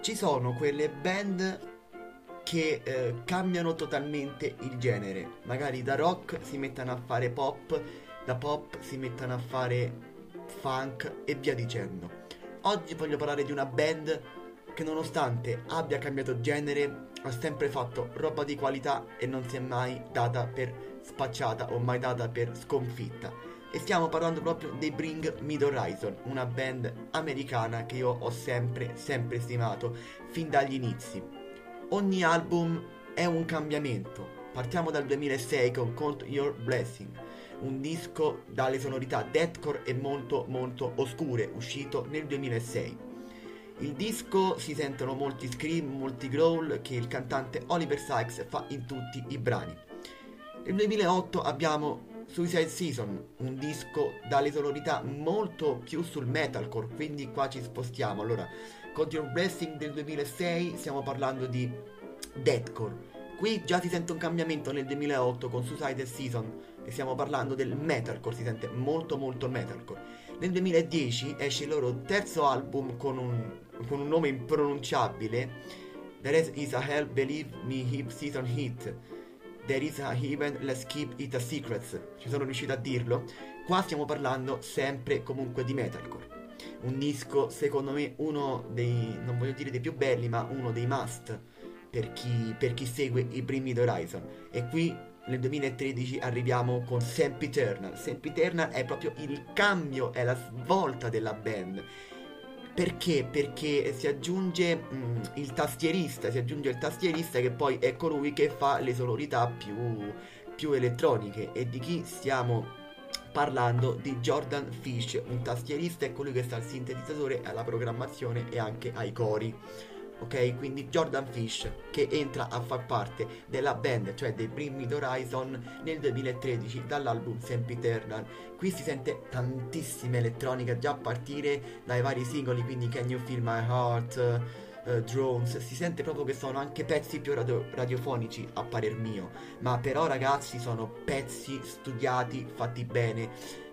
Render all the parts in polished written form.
Ci sono quelle band che cambiano totalmente il genere. Magari da rock si mettono a fare pop, da pop si mettono a fare funk e via dicendo. Oggi voglio parlare di una band che nonostante abbia cambiato genere ha sempre fatto roba di qualità e non si è mai data per spacciata o mai data per sconfitta. E stiamo parlando proprio dei Bring Me the Horizon, una band americana che io ho sempre stimato fin dagli inizi. Ogni album è un cambiamento. Partiamo dal 2006 con Count Your Blessing, un disco dalle sonorità deathcore e molto oscure, uscito nel 2006. Il disco si sentono molti scream, molti growl che il cantante Oliver Sykes fa in tutti i brani. Nel 2008 abbiamo Suicide Season, un disco dalle sonorità molto più sul metalcore, quindi qua ci spostiamo. Allora, con Your Blessing del 2006 stiamo parlando di deathcore. Qui già si sente un cambiamento nel 2008 con Suicide Season e stiamo parlando del metalcore, si sente molto metalcore. Nel 2010 esce il loro terzo album con un nome impronunciabile, There is a Hell, Believe Me, Hip Season Hit. There is a Heaven, Let's Keep It a Secret. Ci sono riuscito a dirlo. Qua stiamo parlando sempre comunque di metalcore. Un disco secondo me uno dei, non voglio dire dei più belli, ma uno dei must per chi segue i primi The Horizon. E qui nel 2013 arriviamo con Sempiternal. Sempiternal è proprio il cambio, è la svolta della band. Perché? Perché si aggiunge il tastierista che poi è colui che fa le sonorità più elettroniche. E di chi stiamo parlando? Di Jordan Fish, un tastierista è colui che sta al sintetizzatore, alla programmazione e anche ai cori. Ok, quindi Jordan Fish che entra a far parte della band, cioè dei Bring Me the Horizon nel 2013 dall'album Sempiternal. Qui si sente tantissima elettronica già a partire dai vari singoli, quindi Can You Feel My Heart, Drones, si sente proprio che sono anche pezzi più radiofonici a parer mio, ma però ragazzi sono pezzi studiati, fatti bene,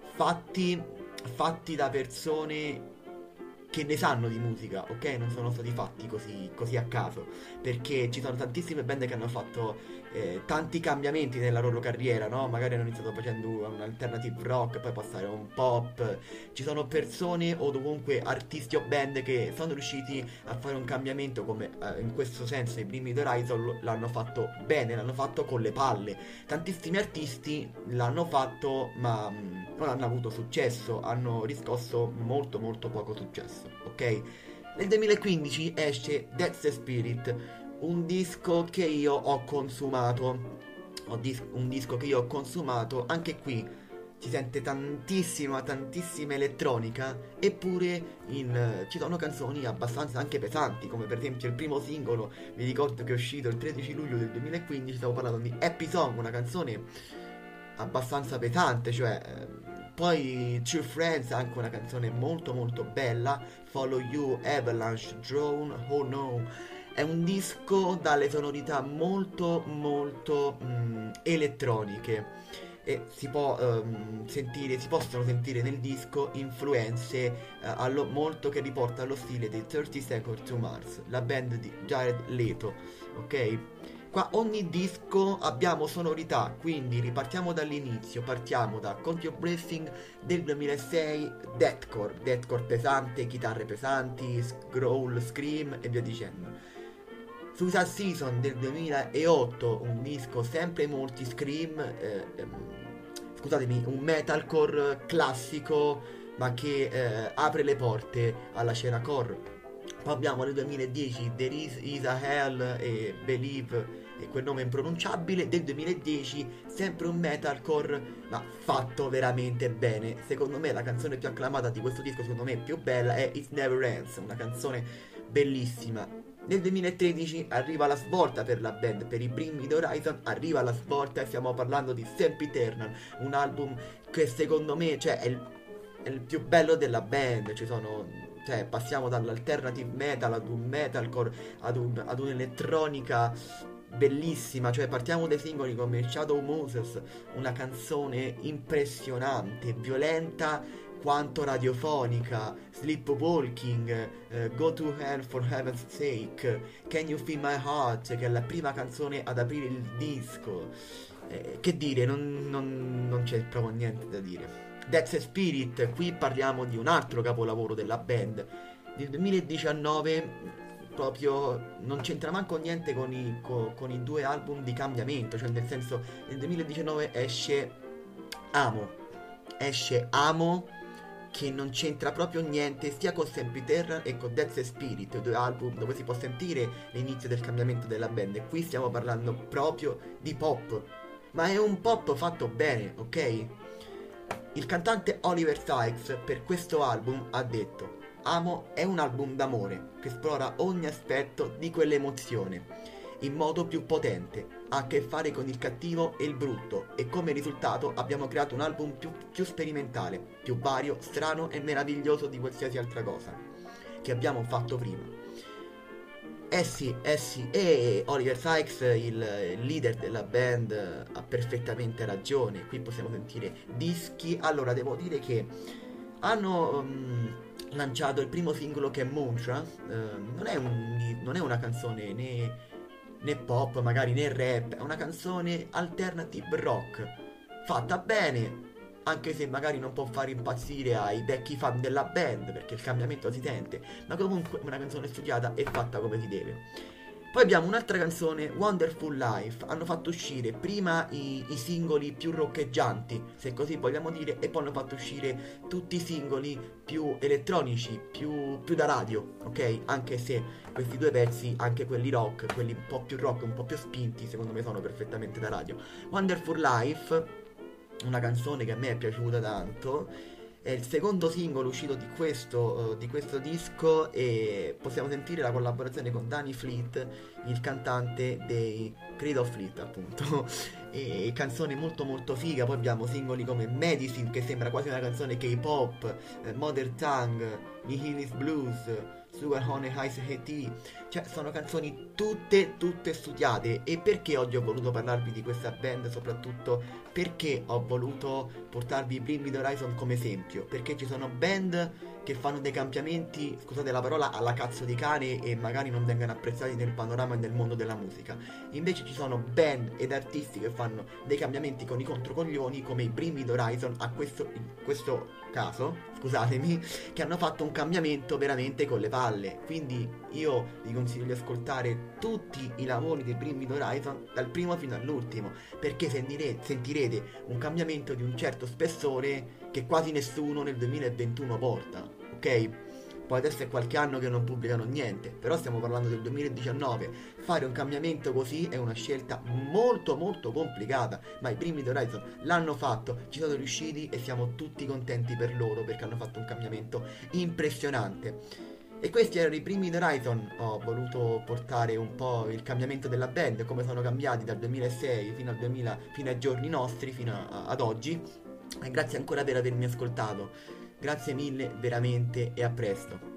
fatti da persone che ne sanno di musica, ok? Non sono stati fatti così a caso, perché ci sono tantissime band che hanno fatto tanti cambiamenti nella loro carriera, no? Magari hanno iniziato facendo un alternative rock, poi passare a un pop. Ci sono persone o comunque artisti o band che sono riusciti a fare un cambiamento come in questo senso i primi The Horizon l'hanno fatto bene, l'hanno fatto con le palle. Tantissimi artisti l'hanno fatto ma non hanno avuto successo, hanno riscosso molto poco successo, ok? Nel 2015 esce That's the Spirit, un disco che io ho consumato, un disco che io ho consumato, anche qui si sente tantissima elettronica, eppure ci sono canzoni abbastanza anche pesanti, come per esempio il primo singolo, vi ricordo che è uscito il 13 luglio del 2015, stavo parlando di Happy Song, una canzone abbastanza pesante, cioè poi True Friends, anche una canzone molto bella, Follow You, Avalanche, Drone, Oh No. È un disco dalle sonorità molto elettroniche e si possono sentire nel disco influenze molto che riporta allo stile dei 30 Seconds to Mars, la band di Jared Leto, ok? Qua ogni disco abbiamo sonorità, quindi ripartiamo dall'inizio, partiamo da Count Your Blessing del 2006, deathcore pesante, chitarre pesanti, growl, scream e via dicendo. Suicide Season del 2008, un disco sempre molti scream, scusatemi, un metalcore classico ma che apre le porte alla scena core. Poi abbiamo nel 2010 There is a Hell e Believe e quel nome impronunciabile del 2010, sempre un metalcore ma fatto veramente bene. Secondo me la canzone più acclamata di questo disco, secondo me più bella, è It Never Ends, una canzone bellissima. Nel 2013 arriva la svolta per la band, per i Bring Me the Horizon arriva la svolta e stiamo parlando di Sempiternal, un album che secondo me, cioè, è il più bello della band. Cioè, passiamo dall'alternative metal ad un metalcore, ad un'elettronica bellissima. Cioè, partiamo dai singoli come Shadow Moses, una canzone impressionante, violenta, quanto radiofonica, Sleepwalking, Go to Hell for Heaven's Sake, Can You Feel My Heart, che è la prima canzone ad aprire il disco. Che dire, non c'è proprio niente da dire. That's a Spirit, qui parliamo di un altro capolavoro della band del 2019, proprio non c'entra manco niente con i due album di cambiamento, cioè nel senso nel 2019 esce Amo, che non c'entra proprio niente sia con Sempiterra e con Death and Spirit, due album dove si può sentire l'inizio del cambiamento della band, e qui stiamo parlando proprio di pop, ma è un pop fatto bene, ok? Il cantante Oliver Sykes per questo album ha detto: Amo è un album d'amore che esplora ogni aspetto di quell'emozione in modo più potente, ha a che fare con il cattivo e il brutto, e come risultato abbiamo creato un album più sperimentale, più vario, strano e meraviglioso di qualsiasi altra cosa che abbiamo fatto prima. Sì, e Oliver Sykes, il leader della band, ha perfettamente ragione. Qui possiamo sentire dischi. Allora, devo dire che hanno lanciato il primo singolo, che è Mantra. Non è una canzone né pop, magari né rap, è una canzone alternative rock fatta bene, anche se magari non può fare impazzire ai vecchi fan della band, perché il cambiamento si sente, ma comunque è una canzone studiata e fatta come si deve. Poi abbiamo un'altra canzone, Wonderful Life. Hanno fatto uscire prima i singoli più roccheggianti, se così vogliamo dire, e poi hanno fatto uscire tutti i singoli più elettronici, più da radio, ok? Anche se questi due pezzi, anche quelli rock, quelli un po' più rock, un po' più spinti, secondo me sono perfettamente da radio. Wonderful Life, una canzone che a me è piaciuta tanto, è il secondo singolo uscito di questo disco, e possiamo sentire la collaborazione con Danny Fleet, il cantante dei Creed of Fleet, appunto. E canzone molto molto figa. Poi abbiamo singoli come Medicine, che sembra quasi una canzone K-pop, Mother Tongue, Nihilist Blues, Sugar Honey Ice Tea. Cioè sono canzoni tutte studiate. E perché oggi ho voluto parlarvi di questa band? Soprattutto perché ho voluto portarvi Bring Me The Horizon come esempio, perché ci sono band che fanno dei cambiamenti, scusate la parola, alla cazzo di cane, e magari non vengono apprezzati nel panorama e nel mondo della musica. Invece ci sono band ed artisti che fanno dei cambiamenti con i controcoglioni, come i Bring Me The Horizon in questo caso, scusatemi, che hanno fatto un cambiamento veramente con le palle. Quindi io vi consiglio di ascoltare tutti i lavori dei Bring Me The Horizon dal primo fino all'ultimo, perché sentirete un cambiamento di un certo spessore che quasi nessuno nel 2021 porta, ok? Poi adesso è qualche anno che non pubblicano niente, però stiamo parlando del 2019. Fare un cambiamento così è una scelta molto molto complicata, ma i primi The Horizon l'hanno fatto, ci sono riusciti e siamo tutti contenti per loro, perché hanno fatto un cambiamento impressionante. E questi erano i primi The Horizon. Ho voluto portare un po' il cambiamento della band, come sono cambiati dal 2006 fino ai giorni nostri, ad oggi. E grazie ancora per avermi ascoltato. Grazie mille veramente, e a presto.